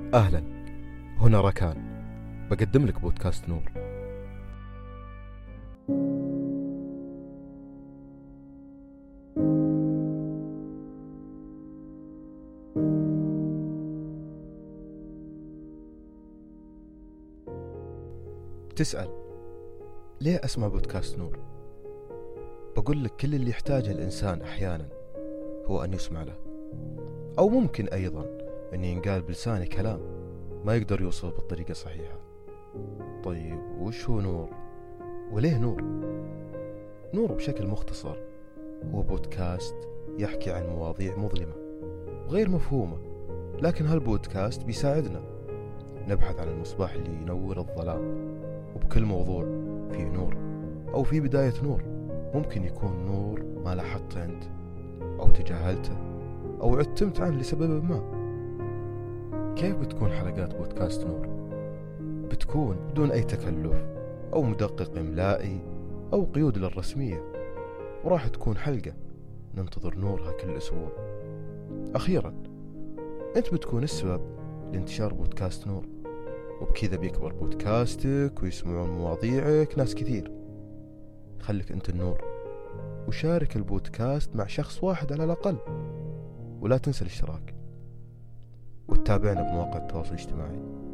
أهلا، هنا ركان، بقدم لك بودكاست نور. تسأل ليه أسمع بودكاست نور؟ بقول لك كل اللي يحتاجه الإنسان أحيانا هو أن يسمع له، أو ممكن أيضا أن ينقال بلسانه كلام ما يقدر يوصل بالطريقة الصحيحة. طيب وش هو نور؟ وليه نور؟ نور بشكل مختصر هو بودكاست يحكي عن مواضيع مظلمة وغير مفهومة، لكن هالبودكاست بيساعدنا نبحث عن المصباح اللي ينور الظلام. وبكل موضوع فيه نور أو في بداية نور. ممكن يكون نور ما لاحظته أنت، أو تجاهلته، أو عتمت عنه لسبب ما. كيف بتكون حلقات بودكاست نور؟ بتكون بدون أي تكلف أو مدقق إملائي أو قيود للرسمية، وراح تكون حلقة ننتظر نورها كل أسبوع. أخيرا أنت بتكون السبب لانتشار بودكاست نور، وبكذا بيكبر بودكاستك ويسمعون مواضيعك ناس كثير. خليك أنت النور، وشارك البودكاست مع شخص واحد على الأقل، ولا تنسى الاشتراك، وتتابعنا بمواقع التواصل الاجتماعي.